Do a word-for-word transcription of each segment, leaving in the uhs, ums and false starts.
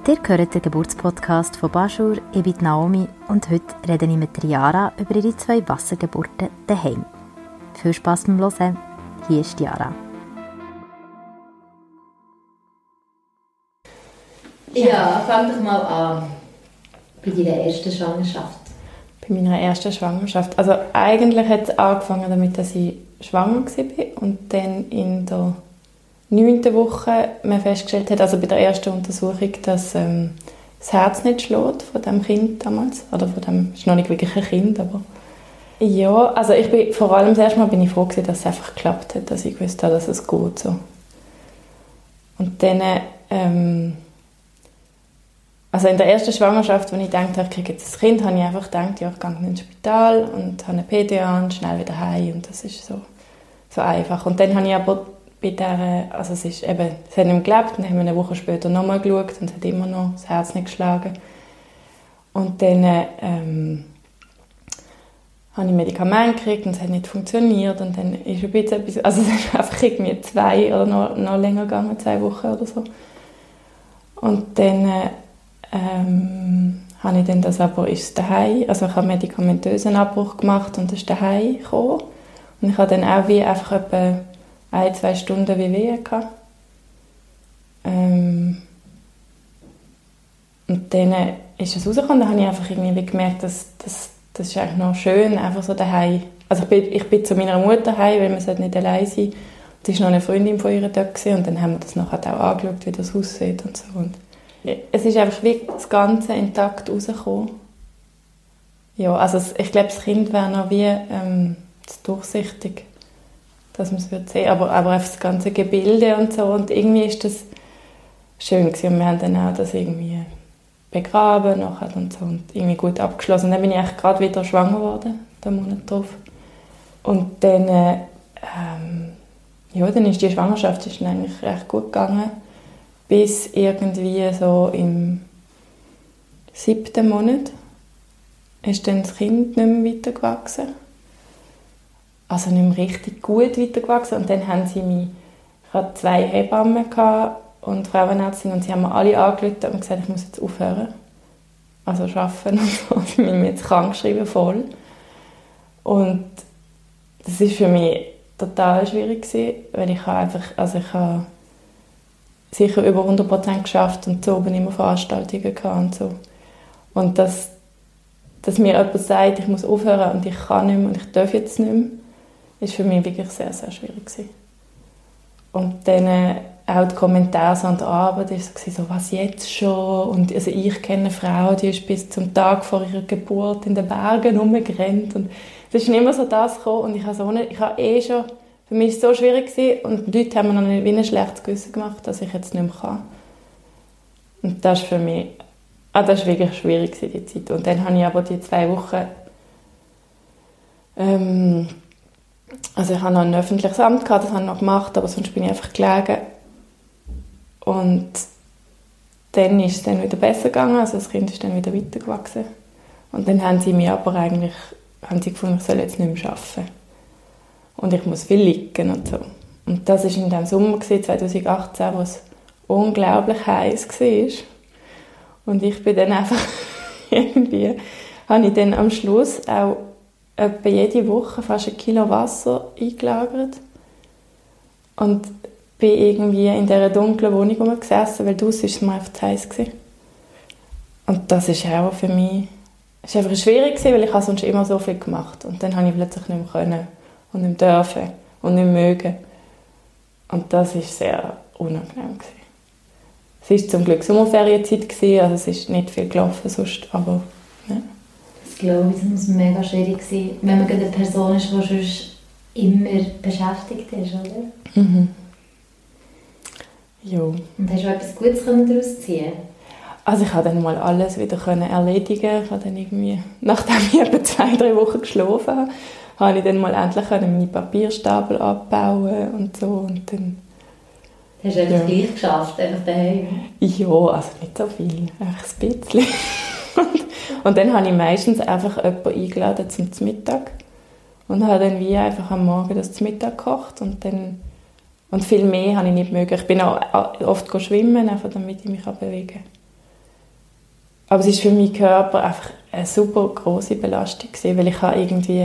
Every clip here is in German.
Ihr hört den Geburtspodcast von Baschur. Ich bin Naomi und heute rede ich mit Jara über ihre zwei Wassergeburten daheim. Viel Spass beim Hören. Hier ist Jara. Ja, fang doch mal an. Bei deiner ersten Schwangerschaft. Bei meiner ersten Schwangerschaft. Also eigentlich hat es angefangen damit, dass ich schwanger war und dann in der neunten Woche man festgestellt hat, also bei der ersten Untersuchung, dass ähm, das Herz nicht schlägt von dem Kind damals. Oder von dem, es ist noch nicht wirklich ein Kind, aber ja, also ich bin, vor allem das erste Mal bin ich froh gewesen, dass es einfach geklappt hat, dass ich gewusst habe, dass es geht so. Und dann, ähm, also in der ersten Schwangerschaft, als ich dachte, ich kriege jetzt ein Kind, habe ich einfach gedacht, ja, ich gehe ins Spital und habe eine P D A und schnell wieder heim und das ist so, so einfach. Und dann habe ich aber bei der, also es ist eben, es hat nicht gelebt, und dann haben wir eine Woche später nochmal geschaut und es hat immer noch das Herz nicht geschlagen. Und dann ähm, habe ich Medikamente gekriegt und es hat nicht funktioniert und dann ist ein bisschen etwas, also es ist einfach irgendwie zwei oder noch, noch länger gegangen, zwei Wochen oder so. Und dann ähm, habe ich dann das aber, ist es daheim, also ich habe medikamentösen Abbruch gemacht und es ist daheim gekommen. Und ich habe dann auch wie einfach etwa ein, zwei Stunden wie Wehen gehabt. Ähm, und dann ist es rausgekommen, dann habe ich einfach irgendwie gemerkt, dass, dass das ist eigentlich noch schön, einfach so daheim. Also ich bin, ich bin zu meiner Mutter heim, weil man nicht allein sein sollte. Es war noch eine Freundin von ihr dort gewesen, und dann haben wir das nachher auch angeschaut, wie das aussieht und so. Und es ist einfach wie das Ganze intakt rausgekommen. Ja, also ich glaube, das Kind wäre noch wie ähm, durchsichtig, dass man es sehen würde. Aber, aber einfach das ganze Gebilde und so. Und irgendwie ist das schön gewesen. Und wir haben dann auch das irgendwie begraben nachher und so und irgendwie gut abgeschlossen. Und dann bin ich eigentlich gerade wieder schwanger geworden, den Monat drauf. Und dann, äh, ähm, ja, dann ist die Schwangerschaft ist dann eigentlich recht gut gegangen, bis irgendwie so im siebten Monat ist dann das Kind nicht mehr weitergewachsen. Also nicht mehr richtig gut weitergewachsen. Und dann haben sie mich, ich hatte zwei Hebammen und Frauenärztin, und sie haben mir alle angerufen und gesagt, ich muss jetzt aufhören. Also arbeiten und so. Sie haben mich jetzt krank geschrieben, voll. Und das war für mich total schwierig gewesen, weil ich einfach, also ich habe sicher über hundert Prozent geschafft und so oben immer Veranstaltungen gehabt und so. Und dass, dass mir jemand sagt, ich muss aufhören und ich kann nicht mehr und ich darf jetzt nicht mehr, ist für mich wirklich sehr, sehr schwierig gewesen. Und dann äh, auch die Kommentare so an der Arbeit war so, so, was jetzt schon? Und also ich kenne eine Frau, die ist bis zum Tag vor ihrer Geburt in den Bergen rumgerannt. Und es ist nicht immer so das gekommen. Und ich habe, so nicht, ich habe eh schon, für mich war es so schwierig gewesen. Und die Leute haben mir noch wie ein schlechtes Gewissen gemacht, dass ich jetzt nicht mehr kann. Und das ist für mich, ah, das war wirklich schwierig gewesen, die Zeit. Und dann habe ich aber die zwei Wochen, ähm, also ich hatte noch ein öffentliches Amt gehabt, das habe ich noch gemacht, aber sonst bin ich einfach gelegen. Und dann ist es dann wieder besser gegangen, also das Kind ist dann wieder weitergewachsen. Und dann haben sie mir aber eigentlich, haben sie gefunden, ich soll jetzt nicht mehr arbeiten. Und ich muss viel liegen und so. Und das war in dem Sommer zwanzig achtzehn, wo es unglaublich heiß war. Und ich bin dann einfach irgendwie, habe ich dann am Schluss auch etwa jede Woche fast ein Kilo Wasser eingelagert und bin irgendwie in dieser dunklen Wohnung rumgesessen, weil draussen war es mir einfach zu heiß gewesen. Und das ist auch für mich ist einfach schwierig gewesen, weil ich habe sonst immer so viel gemacht und dann habe ich plötzlich nicht mehr können und nicht mehr dürfen und nicht mögen. Und das war sehr unangenehm gewesen. Es war zum Glück Sommerferienzeit gewesen, also es ist nicht viel gelaufen sonst, aber ja. Ich glaube, das muss mega schwierig sein, wenn man eine Person ist, die sonst immer beschäftigt ist, oder? Mhm. Ja. Und hast du etwas Gutes daraus ziehen? Also ich konnte dann mal alles wieder erledigen. Ich habe dann irgendwie, nachdem ich etwa zwei, drei Wochen geschlafen habe, habe ich dann mal endlich meine Papierstapel abbauen und so. Und dann, hast du einfach ja. gleich geschafft, einfach daheim? Ja, also nicht so viel, einfach ein bisschen. Und dann habe ich meistens einfach jemanden eingeladen zum Mittag und habe dann wie einfach am Morgen das zum Mittag gekocht und dann und viel mehr habe ich nicht mögen. Ich bin auch oft schwimmen, einfach damit ich mich bewegen kann. Aber es ist für meinen Körper einfach eine super grosse Belastung gewesen, weil ich habe irgendwie...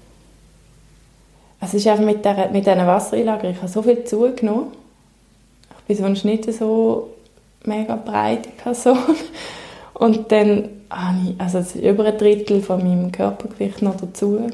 Also es ist einfach mit dieser, mit dieser Wassereinlagerung, ich habe so viel zugenommen. Ich bin sonst nicht so mega breite Person. Und dann habe ich, also es ist über ein Drittel von meinem Körpergewicht noch dazu.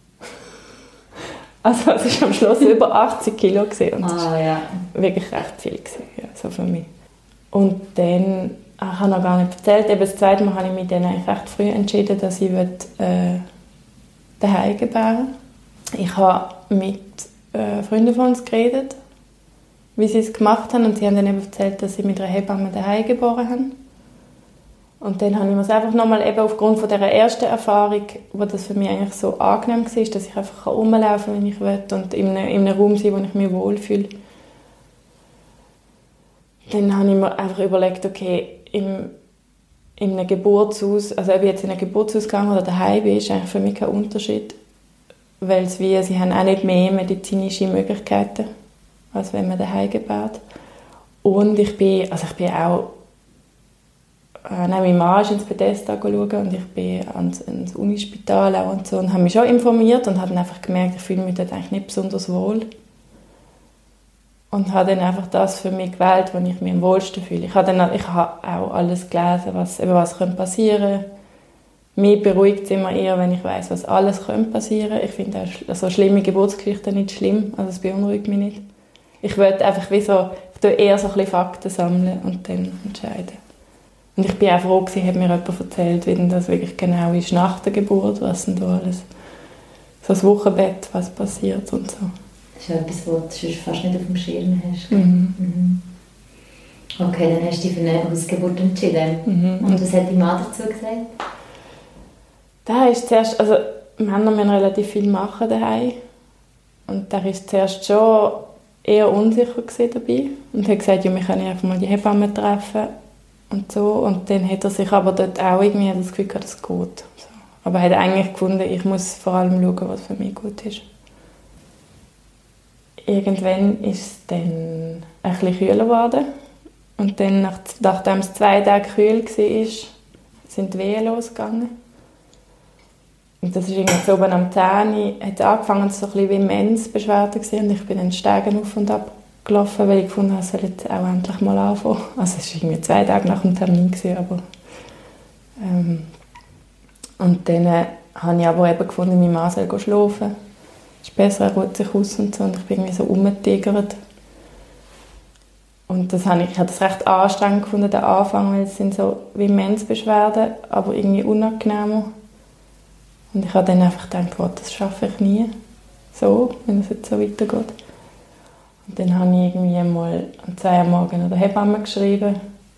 Also es war am Schluss über achtzig Kilo gewesen, und das Ah, war ja. wirklich recht viel gewesen, ja, so für mich. Und dann, ich habe noch gar nicht erzählt, eben das zweite Mal habe ich mich dann eigentlich recht früh entschieden, dass ich will, äh, daheim gebären will. Ich habe mit äh, Freunden von uns geredet, wie sie es gemacht haben, und sie haben dann eben erzählt, dass sie mit einer Hebamme daheim geboren haben. Und dann habe ich mir es einfach nochmal eben aufgrund von dieser ersten Erfahrung, wo das für mich eigentlich so angenehm war, dass ich einfach rumlaufen kann, wenn ich will, und in einem, in einem Raum sein, wo ich mich wohlfühle. Dann habe ich mir einfach überlegt, okay, im, in einem Geburtshaus, also ob ich jetzt in einem Geburtshaus gehe oder daheim bin, ist eigentlich für mich kein Unterschied, weil es wie, sie haben auch nicht mehr medizinische Möglichkeiten, als wenn man daheim gebärt. Und ich bin, also ich bin auch Äh, nein, mein Mann ist ins Bethesda schauen und ich bin ans, ans Unispital auch und so und habe mich schon informiert und habe dann einfach gemerkt, ich fühle mich dort eigentlich nicht besonders wohl. Und habe dann einfach das für mich gewählt, wo ich mich am wohlsten fühle. Ich habe, dann, ich habe auch alles gelesen, was, eben was passieren könnte. Mich beruhigt es immer eher, wenn ich weiss, was alles passieren könnte. Ich finde auch so schlimme Geburtsgeschichten nicht schlimm, also es beunruhigt mich nicht. Ich würde einfach wie so, ich tue eher so ein bisschen Fakten sammeln und dann entscheiden. Und ich bin auch froh, dass mir jemand erzählt, wie denn das wirklich genau ist nach der Geburt, was denn da alles, so das Wochenbett, was passiert und so. Das ist ja etwas, was du sonst fast nicht auf dem Schirm hast. Mhm. Mhm. Okay, dann hast du dich für eine Hausgeburt entschieden. Mhm. Und was hat dein Mann dazu gesagt? Da ist zuerst, also Männer müssen relativ viel machen daheim. Und da war zuerst schon eher unsicher dabei. Und hat gesagt, ja, wir können einfach mal die Hebamme treffen. Und so. Und dann hat er sich aber dort auch irgendwie das Gefühl gehabt, es geht. So. Aber er hat eigentlich gefunden, ich muss vor allem schauen, was für mich gut ist. Irgendwann ist es dann ein bisschen kühler geworden. Und dann, nach, nachdem es zwei Tage kühl war, sind die Wehen losgegangen. Und das ist irgendwie so oben am zehn Uhr, hat angefangen, so ein bisschen wie Mensbeschwerden gewesen. Und ich bin dann Stegen auf und ab gelaufen, weil ich gefunden habe, es soll jetzt auch endlich mal anfangen. Also es war irgendwie zwei Tage nach dem Termin, aber ähm, und dann äh, habe ich aber eben gefunden, mein Mann soll schlafen. Es ist besser, er ruht sich aus und so, und ich bin irgendwie so rumgetigert. Und das habe ich, ich habe das recht anstrengend gefunden, den Anfang, weil es sind so wie Mensbeschwerden, aber irgendwie unangenehmer. Und ich habe dann einfach gedacht, oh, das schaffe ich nie, so, wenn es jetzt so weitergeht. Und dann habe ich irgendwie mal am zwei Uhr morgens der Hebamme geschrieben.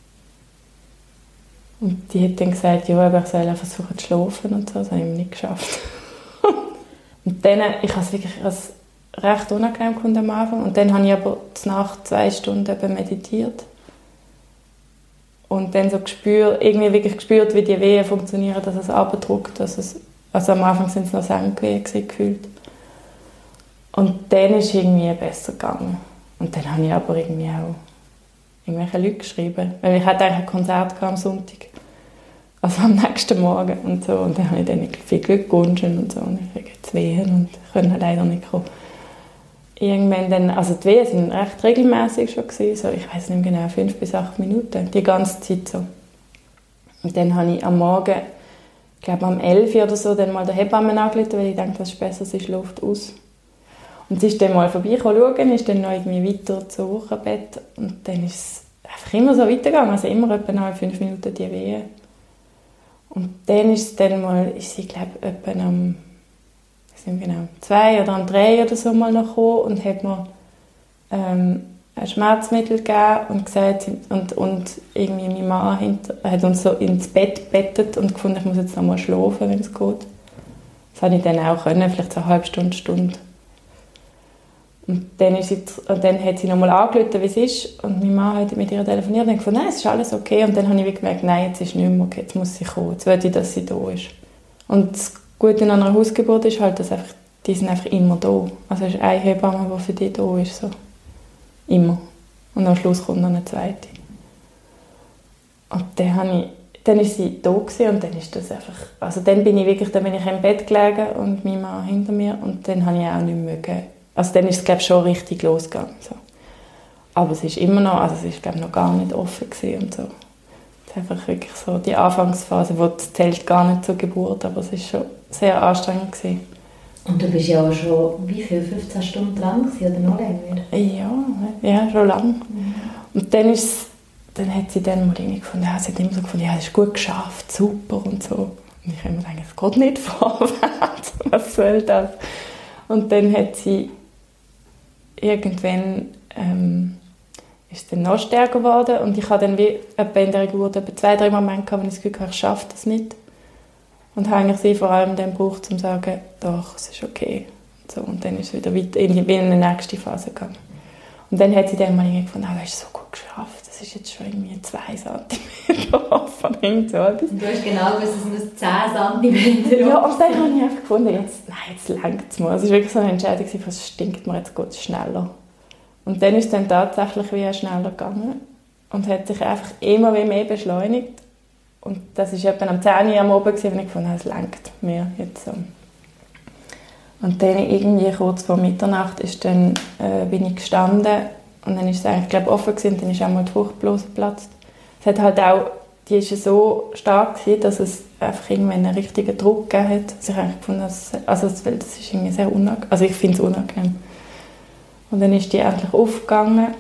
Und die hat dann gesagt, ja, ich soll einfach versuchen zu schlafen und so. Das habe ich nicht geschafft. Und dann, ich habe es wirklich als recht unangenehm gefunden am Anfang. Und dann habe ich aber nach zwei Stunden eben meditiert. Und dann so gespürt, irgendwie wirklich gespürt, wie die Wehen funktionieren, dass es abdruckt. Dass es, also am Anfang sind es noch Senkwehen gefühlt. Und dann ist es irgendwie besser gegangen. Und dann habe ich aber irgendwie auch irgendwelche Leute geschrieben. Weil ich hatte eigentlich ein Konzert am Sonntag. Also am nächsten Morgen und so. Und dann habe ich denen viel Glück gewünscht und so. Und ich kriege jetzt Wehen und konnte leider nicht kommen. Irgendwann dann, also die Wehen waren recht regelmäßig schon gewesen, so, ich weiß nicht genau, fünf bis acht Minuten, die ganze Zeit so. Und dann habe ich am Morgen, ich glaube am elf Uhr oder so, dann mal der Hebamme angerufen, weil ich dachte, das ist besser, sie schläft aus. Und sie ist dann mal vorbeigekommen, ist dann noch irgendwie weiter zum Wochenbett. Und dann ist es einfach immer so weitergegangen, also immer etwa nach fünf Minuten die Wehen. Und dann ist es dann mal, ist sie, glaube ich, etwa am genau, zwei oder am drei oder so mal noch gekommen und hat mir ähm, ein Schmerzmittel gegeben und gesagt, und, und irgendwie mein Mann hinter, hat uns so ins Bett gebettet und gefunden, ich muss jetzt noch mal schlafen, wenn es geht. Das konnte ich dann auch können, vielleicht so eine halbe Stunde, Stunde. Und dann, ist sie, und dann hat sie noch mal angerufen, wie es ist, und mein Mann hat mit ihr telefoniert und hat gefunden, nein, es ist alles okay. Und dann habe ich gemerkt, nein, jetzt ist nicht mehr okay, jetzt muss sie kommen, jetzt will ich, dass sie da ist. Und das Gute an einer Hausgeburt ist halt, dass einfach, die sind einfach immer da. Also es ist eine Hebamme, die für dich da ist, so. Immer. Und am Schluss kommt noch eine zweite. Und dann habe ich dann ist sie da gewesen und dann ist das einfach, also dann bin ich wirklich, dann bin ich im Bett gelegen und mein Mann hinter mir und dann habe ich auch nicht mehr mögen. Also dann ist es, glaube ich, schon richtig losgegangen. So. Aber es ist immer noch, also es ist, glaube ich, noch gar nicht offen gewesen und so. Es ist einfach wirklich so die Anfangsphase, wo das zählt gar nicht zur Geburt, aber es ist schon sehr anstrengend gewesen. Und du bist ja auch schon, wie viel, fünfzehn Stunden dran gewesen, oder noch länger? Ja, ja, schon lange. Mhm. Und dann ist dann hat sie dann mal irgendwie gefunden, ja, sie hat immer so gefunden, ja, das ist gut geschafft, super und so. Und ich habe immer gedacht, es geht nicht vorwärts, was soll das? Und dann hat sie irgendwann ähm, ist dann noch stärker geworden und ich hatte dann wie etwa in der Geburt etwa zwei, drei Momente gehabt, wo ich das Gefühl hatte, ich schaffe das nicht. Und habe eigentlich sie vor allem dann gebraucht, um zu sagen, doch, es ist okay. Und, so. Und dann ist es wieder weiter in die nächste Phase gegangen. Und dann hat sie dann mal gefunden, ah, du hast es so gut geschafft, das ist jetzt schon irgendwie zwei Zentimeter offen. Und du hast genau gewusst, es muss zehn Zentimeter offen. Ja, und dann habe ich einfach gefunden, jetzt, nein, jetzt reicht es mal. Es war wirklich so eine Entscheidung, was stinkt mir, jetzt geht es schneller. Und dann ist es dann tatsächlich wie schneller gegangen und hat sich einfach immer mehr beschleunigt. Und das war etwa am zehn Uhr am Abend, wo ich gefunden habe, es reicht mir jetzt. Und dann irgendwie kurz vor Mitternacht ist dann, äh, bin ich gestanden und dann ist es eigentlich, glaube ich, offen gewesen, und dann ist auch mal die Fruchtblase geplatzt. Es hat halt auch, die ist so stark gewesen, dass es einfach irgendwann einen richtigen Druck gegeben hat. Also ich eigentlich gefunden, dass, also das, das ist irgendwie sehr unangenehm. Also ich finde es unangenehm. Und dann ist die endlich aufgegangen.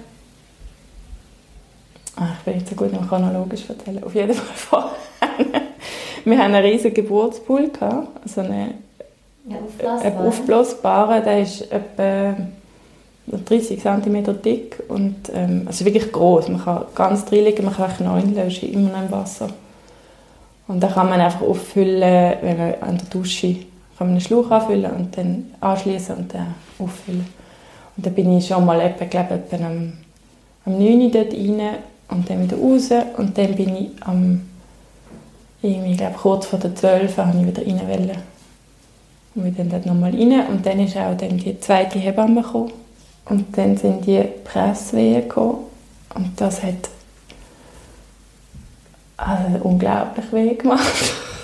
Ach, ich bin nicht so gut im chronologisch erzählen. Auf jeden Fall vorher. Wir hatten einen riesigen Geburtspool gehabt, also eine Ja, aufblasbar. Ein aufblasbarer, der ist etwa dreißig Zentimeter dick und ähm, also wirklich gross. Man kann ganz drin liegen, man kann neun löschen, immer noch im Wasser. Und dann kann man einfach auffüllen, wenn man an der Dusche kann man einen Schlauch anfüllen und dann anschließen und dann auffüllen. Und dann bin ich schon mal etwa, glaube ich, etwa am, am neun Uhr dort rein und dann wieder raus und dann bin ich am irgendwie, glaube kurz vor der zwölf Uhr habe ich wieder rein wollen. Und wir dann dort nochmal rein und dann ist auch dann die zweite Hebamme gekommen. Und dann sind die Presswehen gekommen und das hat also unglaublich weh gemacht.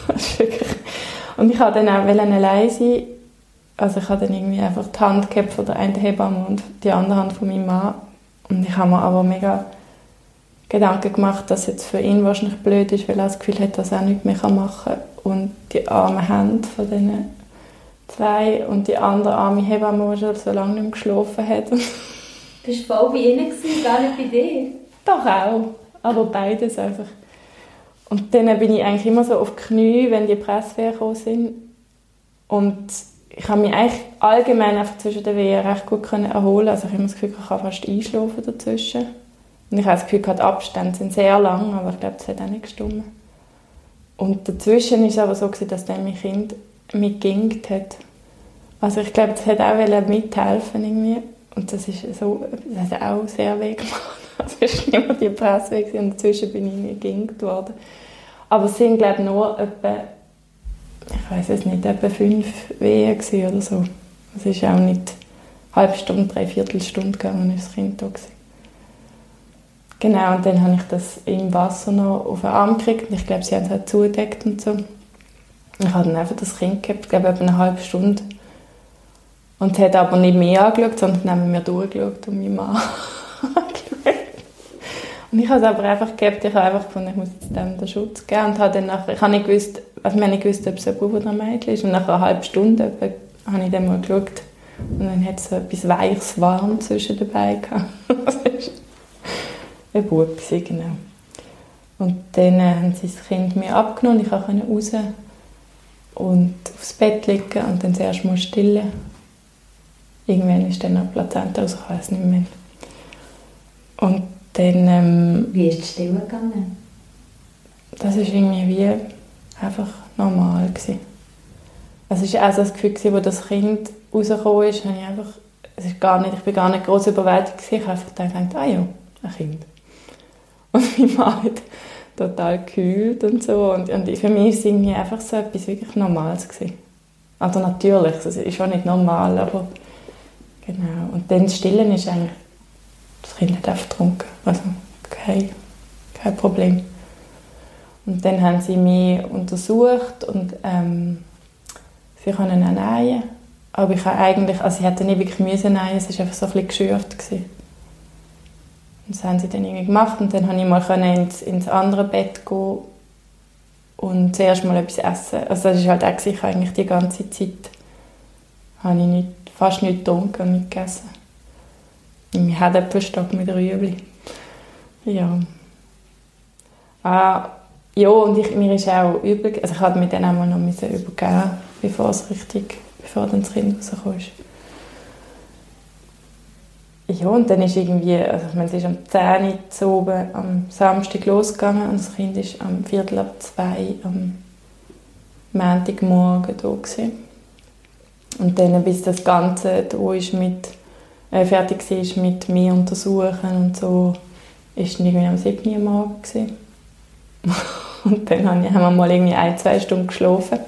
Und ich wollte dann auch allein sein. Also ich habe dann irgendwie einfach die Hand gehabt von der einen Hebamme und die andere Hand von meinem Mann. Und ich habe mir aber mega Gedanken gemacht, dass es jetzt für ihn wahrscheinlich blöd ist, weil er das Gefühl hat, dass er nichts mehr machen kann. Und die armen Hände von diesen zwei und die andere arme Hebamme, die schon so lange nicht mehr geschlafen hat. Du warst voll bei ihnen, gar nicht bei dir? Doch auch, aber beides einfach. Und dann bin ich eigentlich immer so auf die Knie, wenn die Presswehen gekommen sind. Und ich habe mich eigentlich allgemein einfach zwischen den Wehen recht gut erholen. Also ich habe immer das Gefühl, ich kann fast einschlafen dazwischen. Und ich habe das Gefühl, die Abstände sind sehr lang, aber ich glaube, das hat auch nicht gestimmt. Und dazwischen war es aber so, dass dann mein Kind mitgegingt hat. Also ich glaube, das hat auch mithelfen irgendwie. Und das ist so, das hat auch sehr weh gemacht. Also es war nicht mehr die Pressweh und dazwischen bin ich mitgegingt worden. Aber es sind, glaube ich, nur etwa, ich weiß es nicht, etwa fünf Wehen oder so. Es ist auch nicht eine halbe Stunde, dreiviertel Stunde gegangen, ist das Kind da gewesen. Genau, und dann habe ich das im Wasser noch auf den Arm gekriegt. Und ich glaube, sie haben es halt zugedeckt und so. Ich habe dann einfach das Kind gehabt, ich glaube, etwa eine halbe Stunde. Und hat aber nicht mehr angeschaut, sondern neben mir durchgeschaut und meinen Mann angeschaut. Und ich habe es aber einfach gehabt, ich habe einfach gefunden, ich muss jetzt dem den Schutz geben. Und habe dann nachher, ich habe nicht gewusst, also ich habe nicht gewusst, ob es ein Bub oder ein Mädchen ist. Und nach einer halben Stunde etwa, habe ich dann mal geschaut. Und dann hat es so etwas Weiches, warm zwischen den Beinen gehabt. Das war ein Bub, genau. Und dann haben sie das Kind mir abgenommen und ich konnte raus und aufs Bett liegen und dann zuerst mal stillen. Irgendwann ist dann eine Plazenta rausgekommen, ich weiß nicht mehr. Und dann... Ähm, wie ist die Stille gegangen? Das war irgendwie wie einfach normal gewesen. Also es war auch so das Gefühl, als das Kind rausgekommen ist, habe ich einfach... Es ist gar nicht, ich war gar nicht gross überwältigt gewesen. Ich habe einfach gedacht, ah ja, ein Kind. Und mein Mann hat total gekühlt und so. Und, und für mich war es irgendwie einfach so etwas wirklich Normales gewesen. Also natürlich, es ist auch nicht normal, aber genau. Und dann das Stillen ist eigentlich, das Kind hat einfach getrunken, also kein, kein Problem. Und dann haben sie mich untersucht und ähm, sie können auch nähen. Aber ich habe eigentlich, also ich hätte nicht wirklich müssen nähen, es war einfach so ein bisschen geschürft gewesen. Und das haben sie dann irgendwie gemacht und dann konnte ich mal ins, ins andere Bett gehen und zuerst mal etwas essen. Also das war halt auch, ich eigentlich die ganze Zeit habe ich nicht, fast nichts getrunken und nicht gegessen. Und wir hatten Äpfelstock mit Rüebli. Ja. Ah, ja, und ich, mir ist auch übel, also ich musste mir dann auch mal noch übergeben, bevor es richtig, bevor dann das Kind rausgekommen ist. Ja, und dann ist irgendwie, also ich meine, es ist am zehn Uhr zu oben am Samstag losgegangen und das Kind war am Viertel ab zwei am Montagmorgen da gewesen. Und dann, bis das Ganze da ist mit, äh, fertig war mit mir untersuchen und so, ist es irgendwie am sieben Uhr am Morgen gewesen. Und dann haben wir mal irgendwie ein, zwei Stunden geschlafen.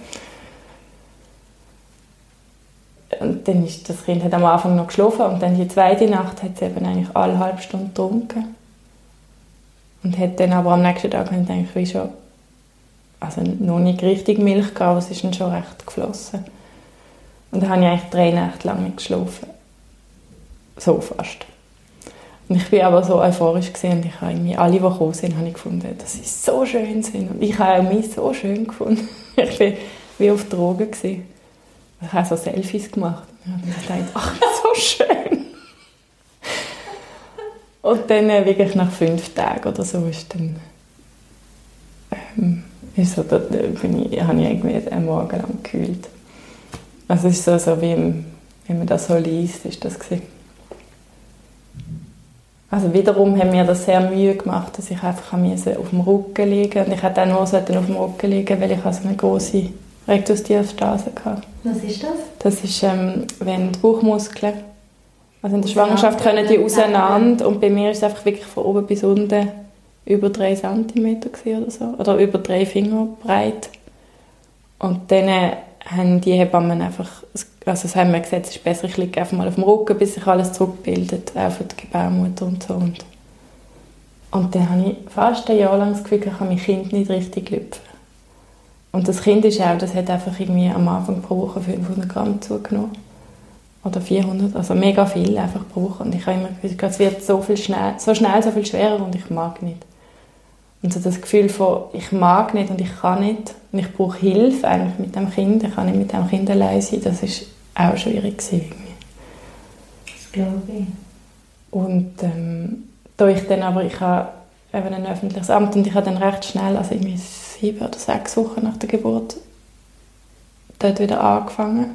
Und dann ist das Kind hat am Anfang noch geschlafen und dann die zweite Nacht hat es eben eigentlich alle halbe Stunde getrunken. Und hat dann aber am nächsten Tag eigentlich wie schon, also noch nicht richtig Milch gehabt, aber es ist dann schon recht geflossen. Und dann habe ich eigentlich drei Nächte lang nicht geschlafen. So fast. Und ich war aber so euphorisch gewesen, und ich habe irgendwie alle, die gekommen sind, habe ich gefunden, dass sie so schön sind. Und ich habe auch mich so schön gefunden. Ich war wie auf Drogen gewesen. Ich habe so Selfies gemacht. Und ich habe gedacht, ach, so schön. Und dann äh, wirklich nach fünf Tagen oder so ist dann ähm, ist so, da, bin ich, habe ich irgendwie einen Morgen lang gekühlt. Also es ist so, so wie, im, wie man das so liest, ist das gewesen. Also wiederum hat mir das sehr Mühe gemacht, dass ich einfach auf dem Rücken liegen musste. Und ich hätte auch nur auf dem Rücken liegen, weil ich so eine große Rektusdiastase hatte. Was ist das? Das ist, ähm, wenn die Bauchmuskeln, also in der Schwangerschaft können die auseinander und bei mir ist es einfach wirklich von oben bis unten über drei Zentimeter oder so, oder über drei Finger breit. Und dann äh, haben die Hebammen einfach, also das haben wir gesagt, es ist besser, ich liege einfach mal auf dem Rücken, bis sich alles zurückbildet, auch für die Gebärmutter und so. Und, und dann habe ich fast ein Jahr lang das Gefühl, ich kann mein Kind nicht richtig lüpfen. Und das Kind ist auch, das hat einfach irgendwie am Anfang pro Woche fünfhundert Gramm zugenommen. Oder vierhundert, also mega viel einfach pro Woche. Und ich habe immer gefühlt, es wird so, viel schnell, so schnell so viel schwerer und ich mag nicht. Und so das Gefühl von, ich mag nicht und ich kann nicht und ich brauche Hilfe eigentlich mit dem Kind, ich kann nicht mit dem Kind allein sein, das war auch schwierig gewesen. Das glaube ich. Und ähm, da ich dann aber, ich habe eben ein öffentliches Amt und ich habe dann recht schnell, also irgendwie sieben oder sechs Wochen nach der Geburt, dort wieder angefangen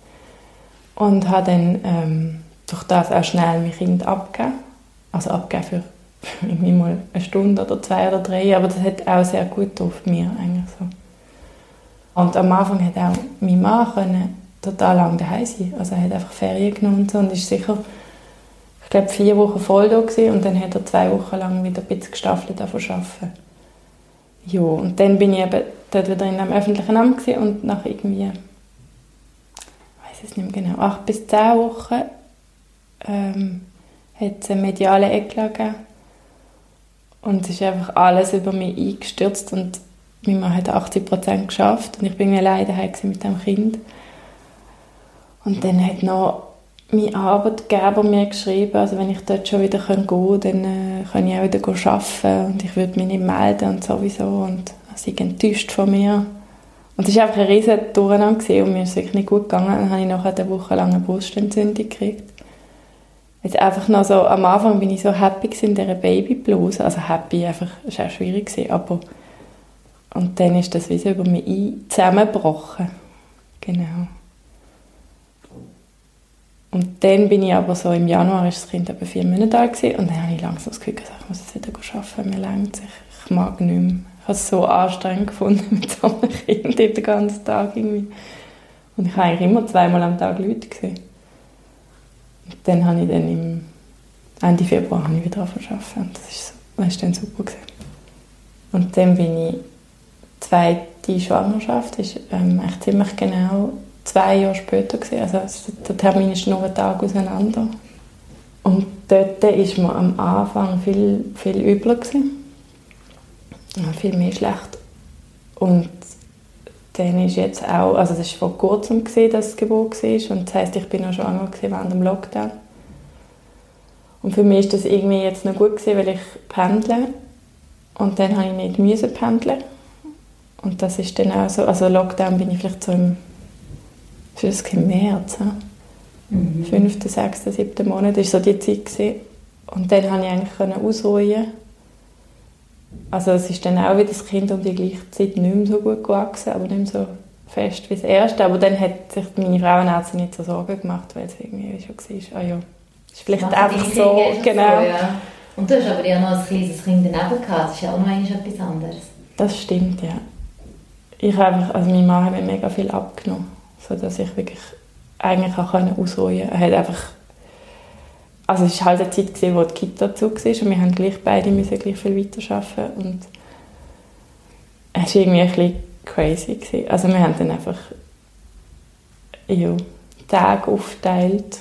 und habe dann ähm, durch das auch schnell mein Kind abgegeben, also abgegeben für irgendwie mal eine Stunde oder zwei oder drei, aber das hat auch sehr gut auf mir eigentlich so. Und am Anfang hat auch mein Mann können total lange daheim sein, also er hat einfach Ferien genommen und so und ist sicher, ich glaube, vier Wochen voll da gewesen, und dann hat er zwei Wochen lang wieder ein bisschen gestaffelt arbeiten. Ja, und dann bin ich eben dort wieder in einem öffentlichen Amt gewesen, und nach irgendwie, ich weiß es nicht mehr genau, acht bis zehn Wochen ähm, hat es einen medialen Eklat gegeben. Und es ist einfach alles über mich eingestürzt und mein Mann hat achtzig Prozent geschafft und ich bin alleine daheim mit dem Kind. Und dann hat noch mein Arbeitgeber mir geschrieben, also wenn ich dort schon wieder gehen kann, dann äh, kann ich auch wieder arbeiten und ich würde mich nicht melden und sowieso. Und sie sind enttäuscht von mir. Und es war einfach ein riesen Durcheinander und mir ist es wirklich nicht gut gegangen. Dann habe ich nachher eine Woche lang eine Brustentzündung gekriegt. Jetzt einfach noch so, am Anfang bin ich so happy in dieser Babybluse, also happy, einfach, es war auch schwierig gewesen, aber und dann ist das wie so über mich ein, zusammengebrochen, genau. Und dann bin ich aber so, im Januar ist das Kind etwa vier Monate alt gewesen, und dann habe ich langsam das Gefühl, ich muss jetzt wieder arbeiten, mir reicht es, ich mag nicht mehr. Ich habe es so anstrengend gefunden mit so einem Kind den ganzen Tag irgendwie. Und ich habe eigentlich immer zweimal am Tag Leute gesehen. Und dann habe ich dann im Ende Februar habe ich wieder angefangen zu arbeiten. Das ist, das ist dann super gewesen. Und dann bin ich, die zweite Schwangerschaft ist ähm, echt ziemlich genau zwei Jahre später gewesen. Also der Termin ist nur einen Tag auseinander. Und dort war man am Anfang viel, viel übler gewesen. Viel mehr schlecht Und dann ist jetzt auch, also das war vor kurzem, gewesen, dass die Geburt war. Und das heisst, ich bin noch schwanger während dem Lockdown. Und für mich war das irgendwie jetzt noch gut gewesen, weil ich pendle. Und dann habe ich nicht müssen pendeln. Und das ist dann auch so, also Lockdown bin ich vielleicht so im, für das im März, ja? mhm. fünften, sechsten, siebten Monat, das war so die Zeit gewesen. Und dann konnte ich eigentlich ausruhen. Also es ist dann auch wieder das Kind um die gleiche Zeit nicht mehr so gut gewachsen, aber nicht mehr so fest wie das erste. Aber dann hat sich meine Frauenärztin nicht so Sorgen gemacht, weil es irgendwie schon war, ah ja, ist vielleicht Macht einfach so, genau. So, ja. Und du hast aber ja noch ein kleines Kind daneben gehabt, das ist ja auch noch etwas anderes. Das stimmt, ja. Ich habe einfach, also mein Mann hat mir mega viel abgenommen, sodass ich wirklich eigentlich auch ausruhen konnte. Er hat einfach, also es war halt eine Zeit, in der die Kita zu war und wir haben gleich beide müssen gleich viel weiterarbeiten und es war irgendwie ein bisschen crazy gewesen. Also wir haben dann einfach ja, Tage aufgeteilt.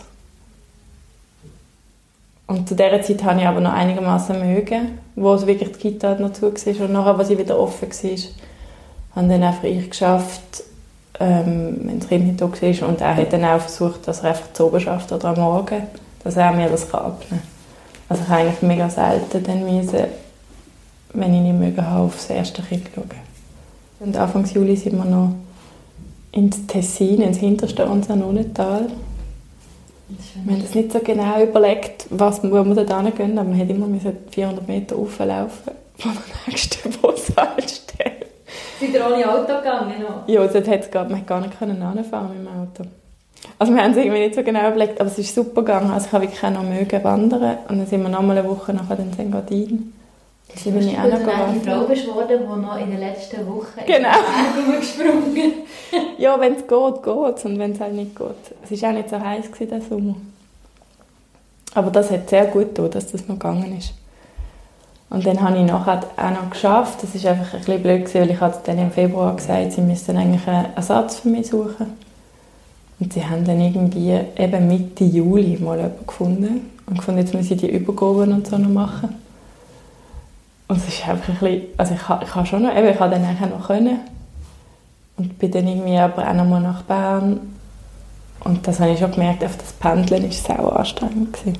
Und zu dieser Zeit habe ich aber noch einigermaßen mögen, wo es wirklich die Kita noch zu war und nachher, als sie wieder offen war, habe dann einfach ich geschafft, ähm, wenn das Kind nicht da war. Und er hat dann auch versucht, dass er einfach zu oben schafft oder am Morgen, dass er mir das abnehmen kann. Also ich habe eigentlich mega selten dann müssen, wenn ich nicht mögen habe, auf das erste Kind schauen. Und Anfang Juli sind wir noch ins Tessin, ins hinterste Ansanonetal. Wir haben das nicht so genau überlegt, was, wo wir da hingehen, aber wir mussten immer vierhundert Meter rauflaufen von der nächsten Bushaltestelle. Seid ihr ohne Auto gegangen? Noch? Ja, dort hat es gar, man gar nicht hinfahren mit dem Auto. Also wir haben es irgendwie nicht so genau überlegt, aber es ist super gegangen. Also ich habe wirklich auch noch mögen wandern und dann sind wir noch mal eine Woche nachher in Engadin. Das ist ich auch noch die Frau geworden, die noch in den letzten Wochen genau. in den gesprungen. Ja, wenn es geht, geht es. Und wenn es halt nicht geht. Es war auch nicht so heiß diesen Sommer. Aber das hat sehr gut getan, dass das noch gegangen ist. Und dann habe ich nachher auch noch geschafft. Das war einfach ein bisschen blöd, weil ich hatte dann im Februar gesagt, sie müssten eigentlich einen Ersatz für mich suchen. Und sie haben dann irgendwie eben Mitte Juli mal jemanden gefunden. Und gefunden, jetzt müssen sie die Übergaben und so noch machen. Und es ist einfach ein bisschen, also ich habe, ich habe schon noch, eben, ich habe dann nachher noch können. Und bin dann irgendwie aber auch noch mal nach Bern. Und das habe ich schon gemerkt, auf das Pendeln war sau anstrengend gewesen.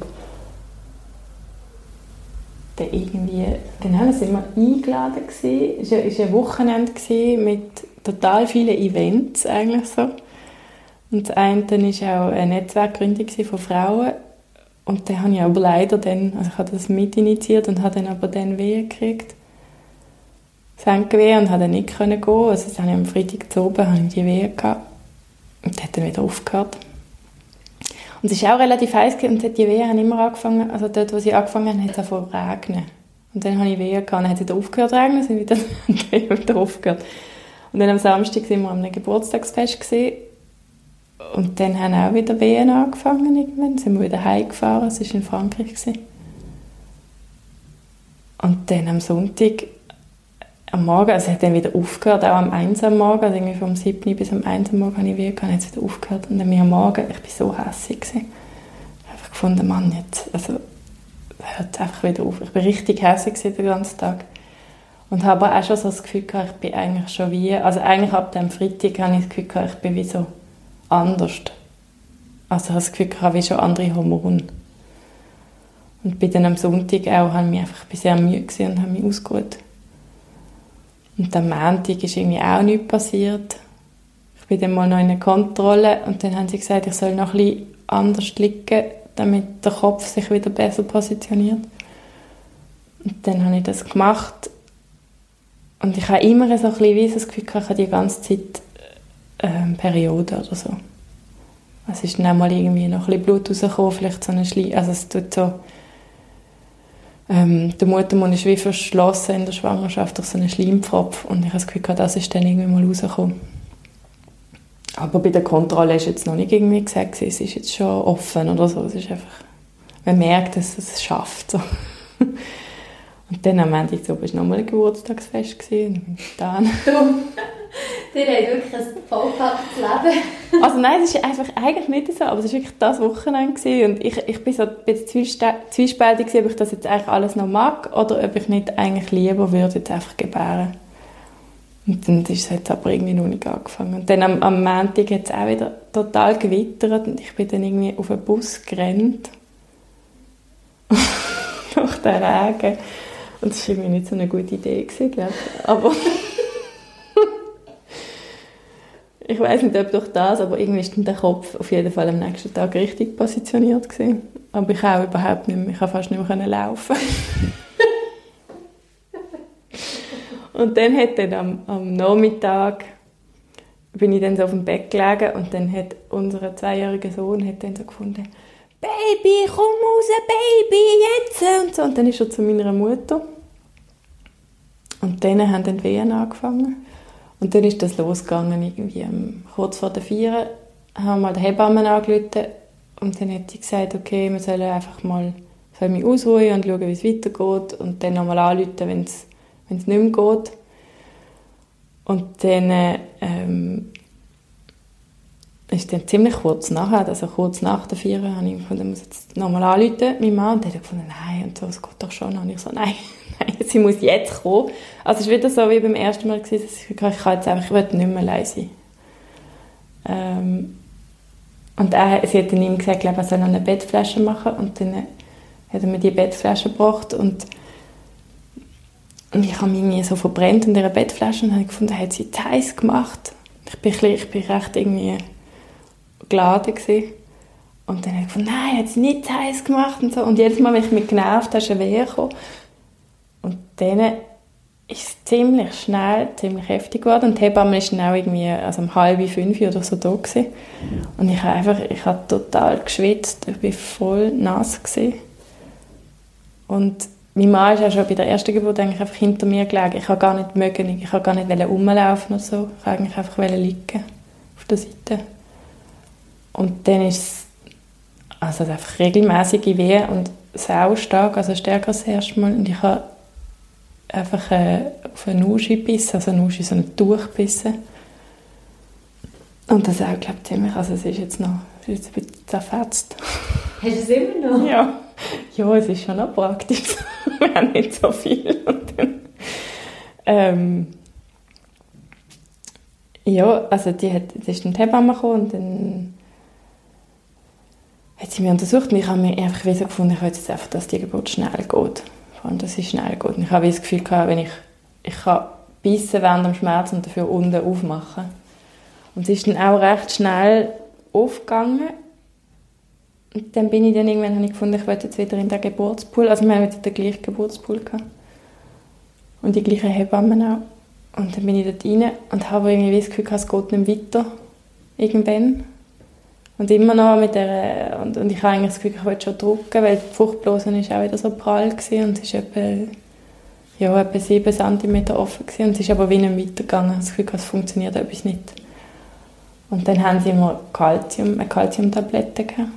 Dann irgendwie, dann waren wir eingeladen gewesen. Es war ein Wochenende mit total vielen Events eigentlich so. Und das eine war auch eine Netzwerkgründung von Frauen. Und dann habe ich aber leider dann, also ich habe das mit initiiert und habe dann aber dann Wehen gekriegt. Das Handgewehe und habe dann nicht gehen können. Also das habe ich am Freitag zu oben, habe ich die Wehen gehabt. Und das hat dann wieder aufgehört. Und es war auch relativ heiß und die Wehen haben immer angefangen, also dort, wo sie angefangen haben, hat es angefangen zu regnen. Und dann habe ich Wehen gehabt und dann hat es wieder aufgehört zu regnen, sind wieder, wieder aufgehört. Und dann am Samstag waren wir an einem Geburtstagsfest gewesen. Und dann haben auch wieder Wehen angefangen. Irgendwann sind wir wieder heimgefahren. Es war in Frankreich gewesen. Und dann am Sonntag, am Morgen, also es hat dann wieder aufgehört, auch am eins am Morgen, also irgendwie vom siebten bis am eins am Morgen habe ich Wehen gehabt, dann hat es wieder aufgehört. Und dann mir am Morgen, ich war so hässig gewesen. Ich habe einfach gefunden, Mann, jetzt, also, hört einfach wieder auf. Ich war richtig hässig den ganzen Tag. Und habe aber auch schon so das Gefühl gehabt, ich bin eigentlich schon wie, also eigentlich ab dem Freitag habe ich das Gefühl gehabt, ich bin wie so anders. Also ich habe das Gefühl, ich habe wie schon andere Hormone. Und bin dann am Sonntag auch, habe ich mich einfach sehr müde und habe mich ausgeruht. Und am Montag ist irgendwie auch nichts passiert. Ich bin dann mal noch in einer Kontrolle und dann haben sie gesagt, ich soll noch ein bisschen anders liegen, damit der Kopf sich wieder besser positioniert. Und dann habe ich das gemacht. Und ich habe immer so ein bisschen wie das Gefühl, ich habe die ganze Zeit Ähm, Periode oder so. Es ist dann auch mal irgendwie noch ein bisschen Blut rausgekommen, vielleicht so eine Schleim... Also es tut so... Ähm, der Muttermund ist wie verschlossen in der Schwangerschaft durch so einen Schleimpfropf und ich habe das Gefühl, das ist dann irgendwie mal rausgekommen. Aber bei der Kontrolle ist jetzt noch nicht irgendwie gesagt, es ist jetzt schon offen oder so. Es ist einfach... Man merkt, dass es es schafft. So. Und dann am Ende so, war es nochmal ein Geburtstagsfest gewesen. Dann... Ihr habt wirklich ein vollpacktes Leben. Also nein, es ist einfach eigentlich nicht so, aber es war wirklich das Wochenende gewesen. Und ich, ich bin so ein bisschen zwiespältig gewesen, ob ich das jetzt eigentlich alles noch mag oder ob ich nicht eigentlich lieber würde jetzt einfach gebären. Und dann ist es jetzt aber irgendwie noch nicht angefangen. Und dann am, am Montag hat es auch wieder total gewittert und ich bin dann irgendwie auf einen Bus gerannt. Nach den Regen. Und das war irgendwie nicht so eine gute Idee, glaube ich. Aber ich weiss nicht, ob durch das, aber irgendwie war der Kopf auf jeden Fall am nächsten Tag richtig positioniert gewesen. Aber ich auch überhaupt nicht mehr. Ich konnte fast nicht mehr laufen. Und dann hat dann am, am Nachmittag bin ich dann so auf dem Bett gelegen und dann hat unser zweijähriger Sohn hat dann so gefunden, «Baby, komm raus, Baby, jetzt!» und so. Und dann ist er zu meiner Mutter. Und dann haben dann die Wehen angefangen. Und dann ist das losgegangen, irgendwie um, kurz vor der Vier haben wir mal den Hebammen angerufen und dann hat sie gesagt, okay, wir sollen einfach mal soll mich ausruhen und schauen, wie es weitergeht und dann nochmal anrufen, wenn es wenn es nicht mehr geht. Und dann ähm, ist dann ziemlich kurz nachher, also kurz nach der Vier, habe ich gefunden, ich muss jetzt nochmal anrufen, mein Mann, und der hat gefunden, nein, und so, es geht doch schon. Und ich so, nein, nein, sie muss jetzt kommen. Also es war wieder so wie beim ersten Mal, dass ich, ich kann jetzt einfach, ich will nicht mehr allein sein. Ähm, und er, sie hat dann ihm gesagt, er soll noch eine Bettflasche machen und dann hat er mir die Bettflasche gebracht und Und ich habe mich irgendwie so verbrennt in dieser Bettflasche und habe gefunden, hat sie zu heiß gemacht. Ich bin, ich bin recht irgendwie geladen gewesen. Und dann habe ich gefunden, nein, hat sie nicht zu heiß gemacht und so. Und jedes Mal, wenn ich mich genervt habe, ist eine Wehe gekommen. Und dann ist es ziemlich schnell, ziemlich heftig geworden. Und die Hebamme war dann auch irgendwie also um halb fünf oder so da gewesen. Und ich habe einfach, ich habe total geschwitzt. Ich war voll nass gewesen. Und mein Mann ist ja schon bei der ersten Geburt eigentlich einfach hinter mir gelegen. Ich wollte gar nicht mögen, ich wollte gar nicht rumlaufen oder so. Ich wollte eigentlich einfach liegen auf der Seite. Und dann ist es also einfach regelmäßige Wehen und sau stark, also stärker als das erste Mal. Und ich habe einfach äh, auf eine Nusche gebissen, also eine Nusche, so ein Tuch gebissen. Und das auch, glaube ich, ziemlich, also es ist jetzt noch es ist jetzt ein bisschen zerfetzt. Hast du es immer noch? Ja. Ja, es ist schon noch praktisch. Wir haben nicht so viel. Und dann, ähm, ja, also die hat, die ist dann die Hebamme gekommen und dann hat sie mich untersucht und ich habe mir einfach so gefunden, ich will jetzt einfach, dass die Geburt schnell geht. Vor allem, dass sie schnell geht. Und ich habe das Gefühl gehabt, wenn ich, ich kann bissen während dem Schmerz und dafür unten aufmachen. Und sie ist dann auch recht schnell aufgegangen. Und dann bin ich dann irgendwann habe ich gefunden, ich wollte jetzt wieder in den Geburtspool. Also wir haben wieder den gleichen Geburtspool gehabt. Und die gleichen Hebammen auch. Und dann bin ich dort rein und habe irgendwie das Gefühl gehabt, es geht nicht weiter. Irgendwann. Und immer noch mit der... Und, und ich habe eigentlich das Gefühl, ich wollte schon drücken, weil die Fruchtblase war auch wieder so prall gewesen und es war etwa, ja, etwa sieben Zentimeter offen gewesen. Und es ist aber wie nicht weitergegangen. Ich habe das Gefühl, es funktioniert etwas nicht. Und dann haben sie mir Calcium, eine Calciumtablette gegeben.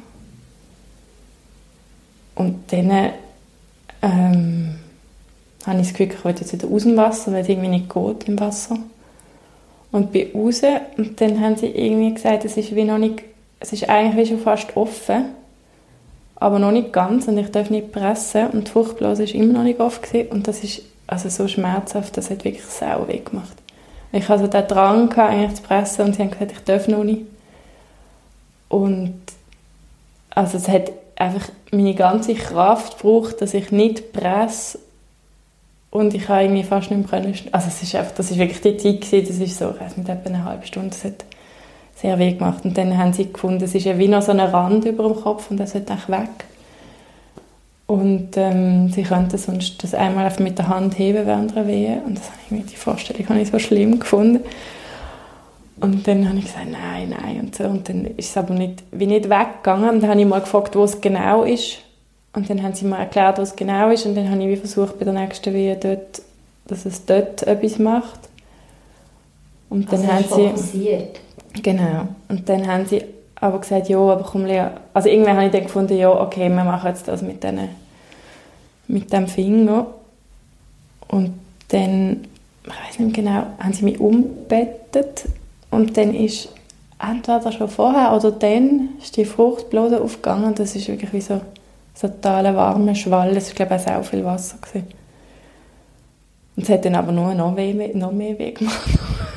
Und dann ähm, habe ich das Gefühl, ich will jetzt wieder aus dem Wasser, weil es irgendwie nicht geht im Wasser. Und bin raus und dann haben sie irgendwie gesagt, es ist, wie noch nicht, es ist eigentlich wie schon fast offen, aber noch nicht ganz und ich darf nicht pressen. Und die Fruchtblase war immer noch nicht offen gewesen. Und das ist also so schmerzhaft, das hat wirklich sau weh gemacht. Ich hatte also den Drang, eigentlich zu pressen und sie haben gesagt, ich darf noch nicht. Und also es hat einfach meine ganze Kraft braucht, dass ich nicht presse und ich habe irgendwie fast nicht mehr können. Also es ist einfach, das ist wirklich die Zeit gewesen, das ist so, ich weiß nicht, etwa eine halbe Stunde, das hat sehr weh gemacht. Und dann haben sie gefunden, es ist ja wie noch so ein Rand über dem Kopf und das sollte eigentlich weg. Und ähm, sie könnten sonst das einmal einfach mit der Hand heben während der Wehe und das habe ich mir, die Vorstellung habe ich so schlimm gefunden. Und dann habe ich gesagt, nein, nein und so. Und dann ist es aber nicht, wie nicht weggegangen. Und dann habe ich mal gefragt, wo es genau ist. Und dann haben sie mir erklärt, wo es genau ist. Und dann habe ich wie versucht, bei der nächsten Wehe dort, dass es dort etwas macht. Und dann also haben sie fokussiert. Genau. Und dann haben sie aber gesagt, ja, aber komm, Lea. Also irgendwann habe ich dann gefunden, ja, okay, wir machen jetzt das mit, den, mit dem Finger. Und dann, ich weiß nicht mehr genau, haben sie mich umgebettet. Und dann ist entweder schon vorher oder dann ist die Fruchtblase aufgegangen. Und das ist wirklich wie so, so ein totaler warmer Schwall. Es war, glaube ich, auch sehr viel Wasser gewesen. Und es hat dann aber nur noch, weh, noch mehr weh gemacht.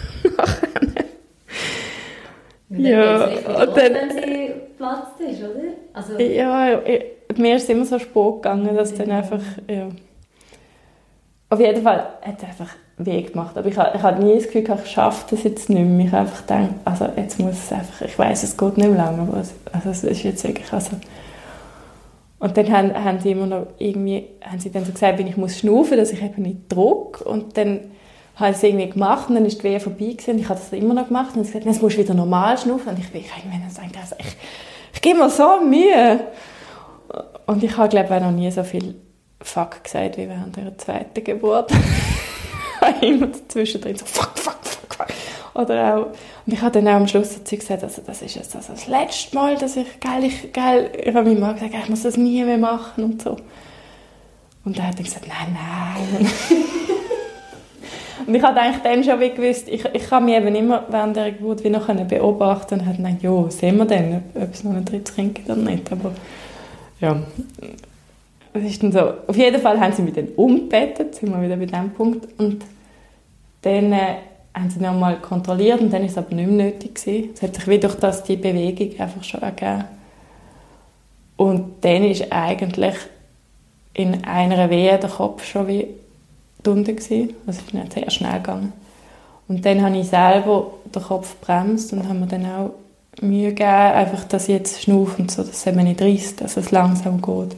Ja, und dann, wenn sie geplatzt ist, oder? Also, ja, ich, mir ist es immer so spät gegangen, dass dann einfach, ja. Auf jeden Fall hat es einfach weh gemacht. Aber ich, ich hatte nie das Gefühl, ich schaffe das jetzt nicht mehr. Ich habe einfach gedacht, also jetzt muss es einfach, ich weiss, es geht nicht mehr lange, aber es, also es ist jetzt wirklich, also. Und dann haben, haben sie immer noch irgendwie, haben sie dann so gesagt, wenn ich muss schnaufen, dass ich eben nicht drücke. Und dann habe ich es irgendwie gemacht und dann ist die Wehe vorbei gewesen. Ich habe das immer noch gemacht und sie gesagt, jetzt musst du wieder normal schnaufen. Und ich bin irgendwann so gedacht, ich, ich gebe mir so Mühe. Und ich habe, glaube ich, auch noch nie so viel Fuck gesagt wie während der zweiten Geburt. Ich habe immer zwischendrin so fuck, fuck, fuck, fuck. Oder auch, und ich habe dann auch am Schluss dazu gesagt, also das ist jetzt also das letzte Mal, dass ich, geil, ich, geil, ich habe meinem Mann gesagt, ich muss das nie mehr machen und so. Und er hat dann gesagt, nein, nein. Und ich habe eigentlich dann schon wie gewusst, ich, ich kann mich eben immer während der Geburt wie noch beobachten und habe gedacht, ja, sehen wir dann, ob es noch ein drittes Kind gibt oder nicht. Aber ja, es ist dann so. Auf jeden Fall haben sie mich dann umgebettet, sind wir wieder bei diesem Punkt. Und dann äh, haben sie nochmal kontrolliert und dann war es aber nicht mehr nötig gewesen. Es hat sich wie durch das die Bewegung einfach schon ergeben. Und dann ist eigentlich in einer Wehe der Kopf schon wie unten gewesen. Also es ist sehr schnell gegangen. Und dann habe ich selber den Kopf gebremst und habe mir dann auch Mühe gegeben, einfach, dass ich jetzt schnaufe und so, dass es eben nicht reisst, dass es langsam geht.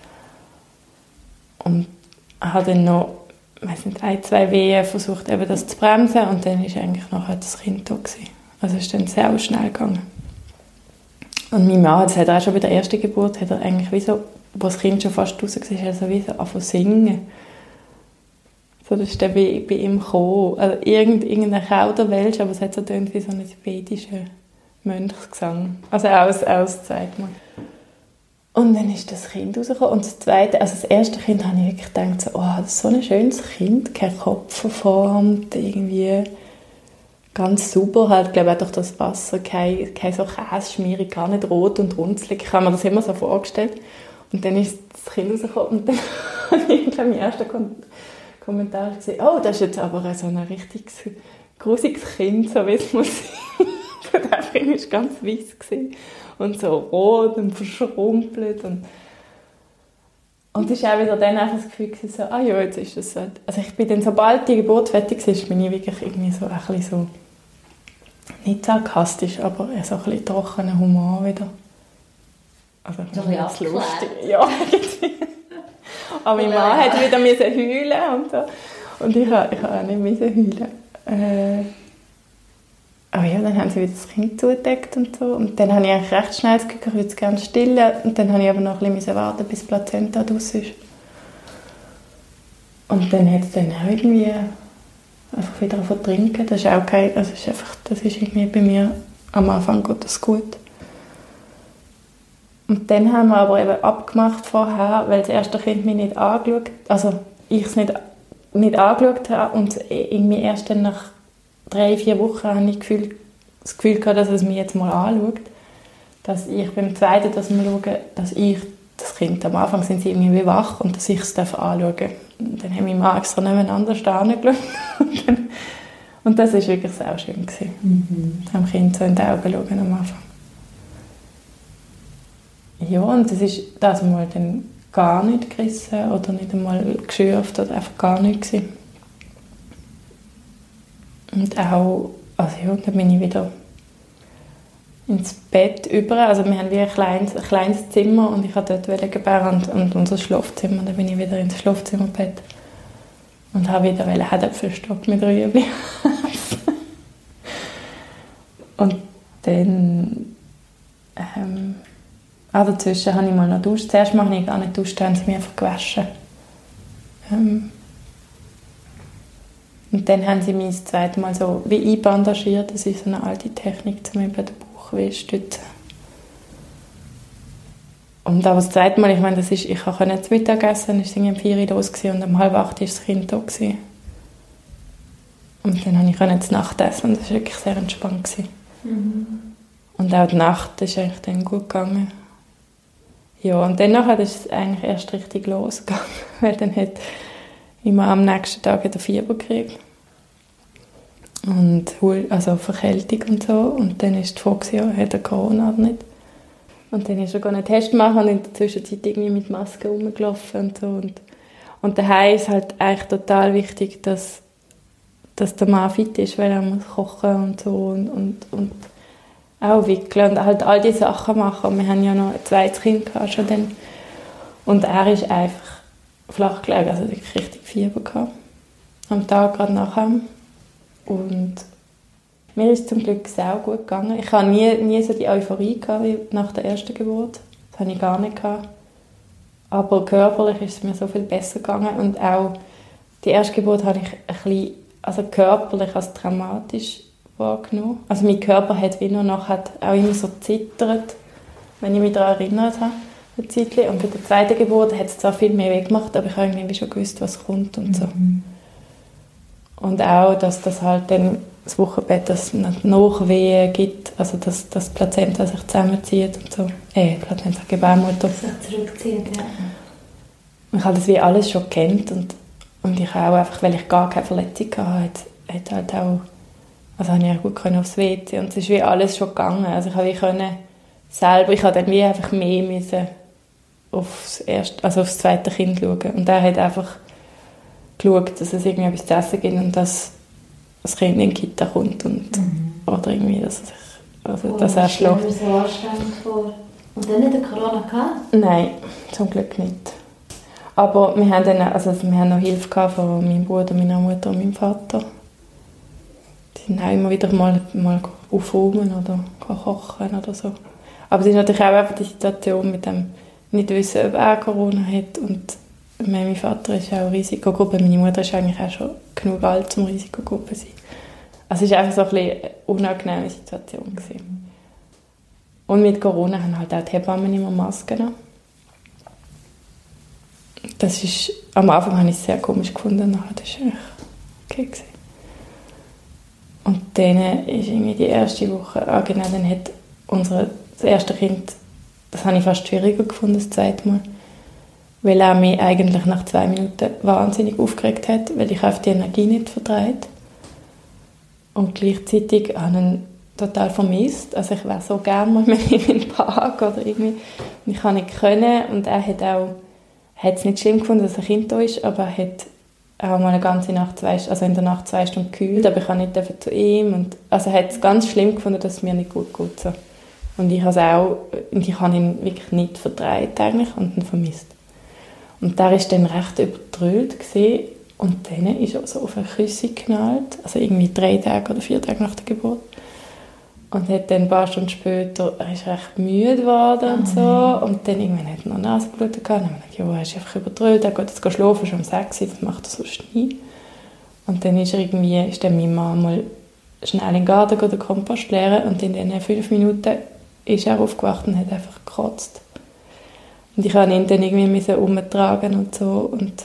Und habe dann noch, ich weiss nicht, ein, zwei Wehen versucht, eben das zu bremsen und dann war eigentlich nachher das Kind da gewesen. Also es ist dann sehr schnell gegangen. Und mein Mann, das hat er auch schon bei der ersten Geburt, hat er eigentlich wie so, wo das Kind schon fast raus war, hat er so wie so angefangen zu singen. So, das ist dann bei, bei ihm gekommen. Also irgend, irgendein Kauderwelsch, aber es hat so tönt wie so ein tibetischer Mönchsgesang. Also aus, aus zeigt man. Und dann ist das Kind rausgekommen. Und das zweite, also das erste Kind, habe ich wirklich gedacht, so, oh, das ist so ein schönes Kind, kein Kopf verformt, irgendwie ganz sauber, halt, glaube ich, auch durch das Wasser, kein, kein so Käseschmierig, gar nicht rot und runzlig. Ich habe mir das immer so vorgestellt. Und dann ist das Kind rausgekommen und dann habe ich, glaube ich, im ersten Kommentar gesehen, oh, das ist jetzt aber so ein richtig grusiges Kind, so wie es muss sein. Das Kind war ganz weiss und so rot und verschrumpelt. Und, und es war auch wieder dann einfach das Gefühl, so, ah ja, jetzt ist das so. Also ich bin dann, sobald die Geburt fertig war, bin ich wirklich irgendwie so ein bisschen so, nicht sarkastisch, aber so ein bisschen trockener Humor wieder. Also so ein bisschen lustig. Ja, aber mein Mann hat wieder heulen und so. Und ich habe ich auch nicht heulen. Äh, aber ja, dann haben sie wieder das Kind zugedeckt und so. Und dann habe ich eigentlich recht schnell das Gefühl, ich würde es gerne stillen. Und dann habe ich aber noch ein bisschen warten, bis die Plazenta draus ist. Und dann hat es dann auch irgendwie einfach wieder von trinken. Das ist auch kein, also ist einfach, das ist irgendwie bei mir am Anfang geht das gut. Und dann haben wir aber eben abgemacht vorher, weil das erste Kind mich nicht angeschaut, also ich es nicht, nicht angeschaut habe und irgendwie erst dann nach drei, vier Wochen habe ich Gefühl, das Gefühl gehabt, dass es mich jetzt mal anschaut. Dass ich beim zweiten, dass wir schauen, dass ich das Kind, am Anfang sind sie irgendwie wach und dass ich es anschauen darf. Und dann habe ich mich extra nebeneinander stehen geschaut. Und, dann, und das war wirklich sehr schön. Mhm. Dem Kind so in die Augen schauen am Anfang. Ja, und das ist das mal dann gar nicht gerissen oder nicht einmal geschürft oder einfach gar nicht gewesen. Und auch, also ja, dann bin ich wieder ins Bett über. Also wir haben wie ein kleines, ein kleines Zimmer und ich wollte dort gebären und, und unser Schlafzimmer. Dann bin ich wieder ins Schlafzimmerbett und habe wieder einen Herdäpfelstock mit Rüebli. Und dann ähm, ah, dazwischen habe ich mal noch geduscht. Zuerst mache ich gar nicht geduscht, haben sie mich einfach gewaschen. Ähm, und dann haben sie mich das zweite Mal so wie einbandagiert. Das ist so eine alte Technik, um eben den Bauch zu stützen. Und aber das zweite Mal, ich meine, das ist, ich konnte nicht zu Mittag essen, es war um vier Uhr los und um halb acht war das Kind da. Gewesen. Und dann konnte ich zu Nacht essen und das war wirklich sehr entspannt. Mhm. Und auch die Nacht ist eigentlich dann gut gegangen. Ja, und dann ist es eigentlich erst richtig losgegangen, weil dann hat immer am nächsten Tag hat er Fieber gekriegt. Und also Verkältung und so. Und dann war die Frage, ja, hat er Corona oder nicht. Und dann ist er einen Test machen und in der Zwischenzeit irgendwie mit Maske rumgelaufen und so. Und, und daheim ist halt eigentlich total wichtig, dass, dass der Mann fit ist, weil er muss kochen und so und, und, und auch wickeln und halt all diese Sachen machen. Und wir haben ja noch ein zweites Kind gehabt schon dann. Und er ist einfach flach gelegen, also wirklich richtig Fieber gehabt. Am Tag gerade nachher. Und mir ist es zum Glück sehr gut gegangen. Ich hatte nie, nie so die Euphorie gehabt wie nach der ersten Geburt. Das hatte ich gar nicht gehabt. Aber körperlich ist es mir so viel besser gegangen. Und auch die erste Geburt habe ich ein bisschen, also körperlich als traumatisch wahrgenommen. Also mein Körper hat wie nur noch hat auch immer so zittert, wenn ich mich daran erinnert habe. Eine Zeitchen. Und bei der zweiten Geburt hat es zwar viel mehr weggemacht, aber ich habe irgendwie schon gewusst, was kommt und so. Mhm. Und auch, dass das halt dann das Wochenbett, dass es Nachwehen gibt, also dass, dass die Plazenta sich zusammenzieht und so. Äh, Plazenta, Gebärmutter. Sich zurückzieht, ja. Ich habe das wie alles schon gekannt und, und ich auch einfach, weil ich gar keine Verletzung hatte, hat halt auch, also habe ich auch gut können aufs W C und es ist wie alles schon gegangen. Also ich habe wie können selber, ich habe dann wie einfach mehr müssen aufs erste, also aufs zweite Kind schauen und er hat einfach geschaut, dass es irgendwie etwas zu essen gibt und dass das Kind in die Kita kommt und, mhm. oder irgendwie, dass, es sich, also, oh, dass er schläft. Das stelle mir so anstrengend vor. Und dann hat er Corona gehabt? Nein, zum Glück nicht. Aber wir haben, dann, also wir haben noch Hilfe gehabt von meinem Bruder, meiner Mutter und meinem Vater. Die sind auch immer wieder mal, mal aufräumen oder kochen oder so. Aber es ist natürlich auch einfach die Situation mit dem nicht wissen, ob er Corona hat und mein Vater ist auch Risikogruppe, meine Mutter ist eigentlich auch schon genug alt, zum Risikogruppe zu sein. Also es war einfach so ein bisschen eine unangenehme Situation gewesen. Und mit Corona haben halt auch die Hebammen immer Masken an. Das ist, am Anfang habe ich es sehr komisch gefunden, nachher das war echt okay gewesen. Und dann ist irgendwie die erste Woche, ah genau, dann hat unser, das erste Kind, das habe ich fast schwieriger gefunden, das zweite Mal, weil er mich eigentlich nach zwei Minuten wahnsinnig aufgeregt hat, weil ich auf die Energie nicht vertreibt. Und gleichzeitig habe ich ihn total vermisst. Also ich wäre so gerne mal mit ihm in den Park oder irgendwie. Und ich konnte nicht können. Und er hat auch, hat es nicht schlimm gefunden, dass ein Kind da ist, aber er hat auch mal eine ganze Nacht, zwei, also in der Nacht zwei Stunden gekühlt, aber ich kann nicht zu ihm. Und, also er hat es ganz schlimm gefunden, dass es mir nicht gut geht. So. Und ich habe es auch, und ich habe ihn wirklich nicht vertreibt eigentlich und ihn vermisst. Und der war dann recht übertrüllt gewesen. Und dann ist er so auf eine Küsse geknallt, also irgendwie drei Tage oder vier Tage nach der Geburt. Und hat dann ein paar Stunden später, er ist recht müde geworden und so. Und dann irgendwann hat er noch Nasenbluten gehabt. Und dann habe ich gedacht, ja, er ist einfach übertrüllt, er geht jetzt schlafen, schon um sechs Uhr, was macht er sonst nie? Und dann ist er irgendwie, ist dann meine Mama mal schnell in den Garten den Kompost leeren und in den fünf Minuten ist er aufgewacht und hat einfach gekotzt. Und ich musste ihn dann irgendwie umtragen und so. Und,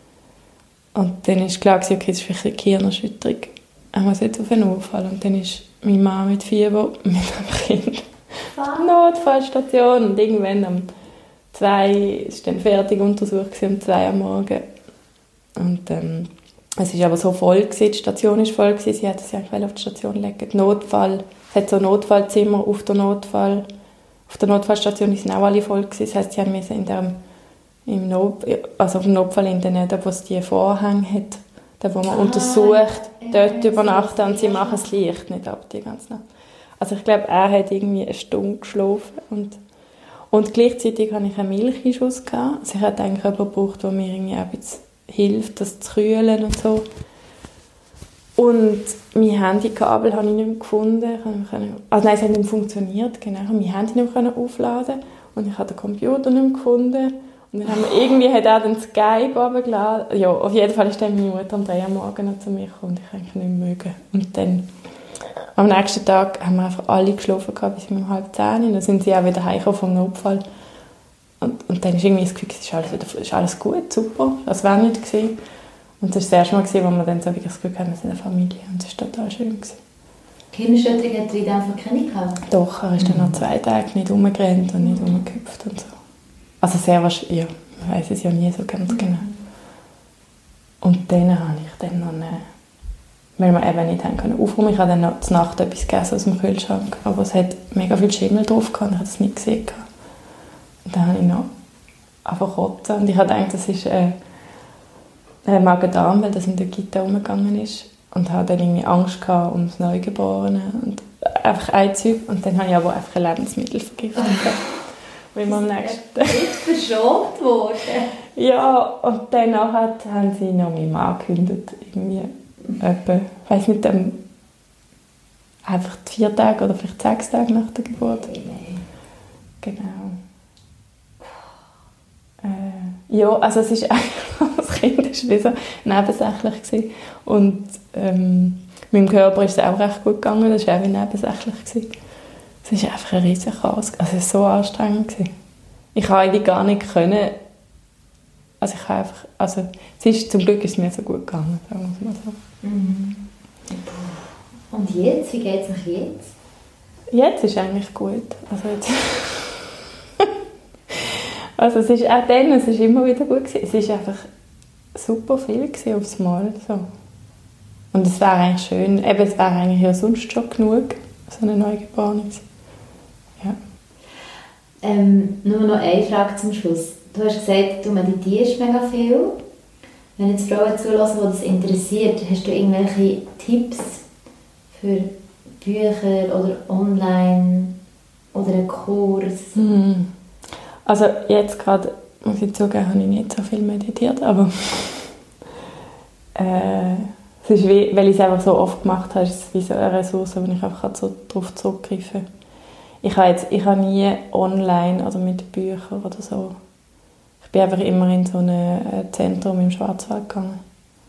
und dann war klar, okay, das ist vielleicht eine Gehirnerschütterung. Er muss jetzt auf einen Unfall. Und dann ist meine Mama mit Fieber mit dem Kind Notfallstation. Und irgendwann um zwei war dann fertig untersucht, um zwei am Morgen. Und ähm, es war aber so voll, gewesen, die Station war voll, gewesen, sie wollte sich eigentlich auf die Station legen. Die Notfall, es hat so ein Notfallzimmer auf der Notfall. Auf der Notfallstation sind auch alle voll gewesen. Das heisst, sie mussten in dem, im Not, also auf dem Notfall in der, da wo es die Vorhänge hat, da wo man ah, untersucht, ja, dort übernachten und sie machen das Licht nicht ab die ganze Nacht. Also ich glaube, er hat irgendwie eine Stunde geschlafen und, und gleichzeitig hatte ich einen Milcheinschuss gehabt. Also ich hatte eigentlich jemanden gebraucht, der mir irgendwie auch ein bisschen hilft, das zu kühlen und so. Und mein Handykabel habe ich nicht mehr gefunden. Also nein, es hat nicht mehr funktioniert. Genau. Ich konnte mein Handy nicht mehr aufladen. Und ich habe den Computer nicht mehr gefunden. Und dann haben wir irgendwie hat er dann Skype runtergeladen. Ja, auf jeden Fall ist dann meine Mutter um drei Uhr morgens noch zu mir gekommen. Und ich eigentlich nicht mehr mögen. Und dann am nächsten Tag haben wir einfach alle geschlafen gehabt, bis um halb zehn. Und dann sind sie auch wieder heimgekommen vom Notfall. Und, und dann ist irgendwie das Gefühl, es ist alles, wieder, ist alles gut, super. Das wäre nicht gewesen. Und das war das erste Mal, wo wir dann so wirklich das Gefühl hatten, wir sind eine Familie. Und das war total schön. Kinderschütterung hat er in dem Fall keine gehabt? Doch, er ist dann nach zwei Tagen nicht rumgerannt und nicht rumgehüpft und so. Also sehr wahrscheinlich, ja, man weiß es ja nie so ganz genau. Und dann habe ich dann noch eine, weil wir eben nicht haben können aufräumen. Ich habe dann noch zur Nacht etwas gegessen aus dem Kühlschrank, aber es hat mega viel Schimmel drauf gehabt, ich habe es nicht gesehen. Und dann habe ich noch einfach kotzen. Und ich habe gedacht, das ist äh, ein Magen-Darm, weil das in der Kita umgegangen ist. Und habe dann irgendwie Angst gehabt um das Neugeborene und einfach ein Zeug. Und dann habe ich aber einfach ein Lebensmittelvergiftung gehabt. Weil wir am nächsten nicht verschont worden. Ja, und danach haben sie noch meinen Mann gekündigt. Irgendwie etwa, ich weiss nicht, um, einfach vier Tage oder vielleicht sechs Tage nach der Geburt. Genau. Äh, ja, also es ist eigentlich, das Kind war wie so nebensächlich gewesen. Und ähm, meinem Körper ist es auch recht gut gegangen, das war auch wie nebensächlich gewesen. Es war einfach ein riesiger Chaos. Also es war so anstrengend gewesen. Ich konnte eigentlich gar nicht können. Also ich habe einfach, also es ist, zum Glück ist es mir so gut gegangen, sagen wir mal so. Mhm. Und jetzt, wie geht es euch jetzt? Jetzt ist es eigentlich gut. Also jetzt also es ist auch dann, es ist immer wieder gut gewesen. Es ist einfach super viel gewesen aufs Mal. So. Und es wäre eigentlich schön, eben, es wäre eigentlich ja sonst schon genug, so eine Neugeborene. Ja. Ähm, nur noch eine Frage zum Schluss. Du hast gesagt, du meditierst mega viel. Wenn jetzt Frauen zulassen, die das interessiert, hast du irgendwelche Tipps für Bücher oder online oder einen Kurs? Mhm. Also jetzt gerade, muss ich zugeben, habe ich nicht so viel meditiert, aber äh, es ist wie, weil ich es einfach so oft gemacht habe, ist es wie so eine Ressource, wo ich einfach so darauf zurückgreifen kann. Ich habe, jetzt, ich habe nie online oder mit Büchern oder so. Ich bin einfach immer in so ein Zentrum im Schwarzwald gegangen.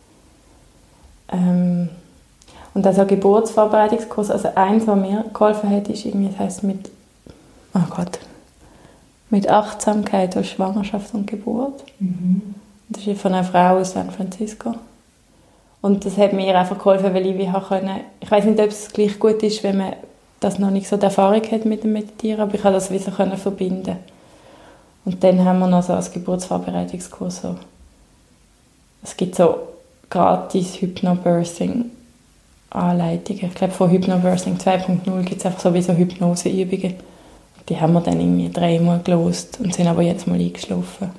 Ähm, und also Geburtsvorbereitungskurs, also eins, was mir geholfen hat, ist irgendwie, das heisst mit, oh Gott, mit Achtsamkeit durch Schwangerschaft und Geburt. Mhm. Das ist von einer Frau aus San Francisco. Und das hat mir einfach geholfen, weil ich wie können, ich weiß nicht, ob es gleich gut ist, wenn man das noch nicht so die Erfahrung hat mit dem Meditieren, aber ich konnte das wie so können verbinden. Und dann haben wir noch so als Geburtsvorbereitungskurs so, es gibt so gratis Hypnobirthing-Anleitungen. Ich glaube, von Hypnobirthing zwei Punkt null gibt es einfach so wie so Hypnoseübungen. Die haben wir dann irgendwie dreimal gelost und sind aber jetzt mal eingeschlafen.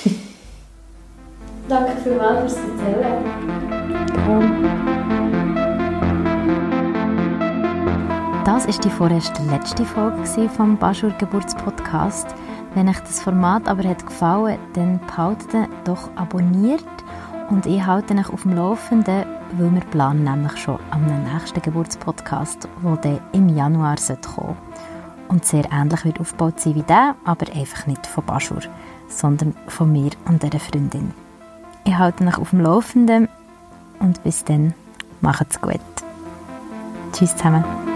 Danke vielmals fürs Erzählen. Ja. Das war die vorerst letzte Folge vom Baschur Geburtspodcast. Wenn euch das Format aber hat gefallen, dann behaltet doch abonniert und ich halte euch auf dem Laufenden, weil wir planen nämlich schon am nächsten Geburtspodcast, der dann im Januar kommen sollte. Und sehr ähnlich wird aufgebaut sein wie der, aber einfach nicht von Baschur, sondern von mir und dieser Freundin. Ich halte euch auf dem Laufenden und bis dann, macht's gut. Tschüss zusammen.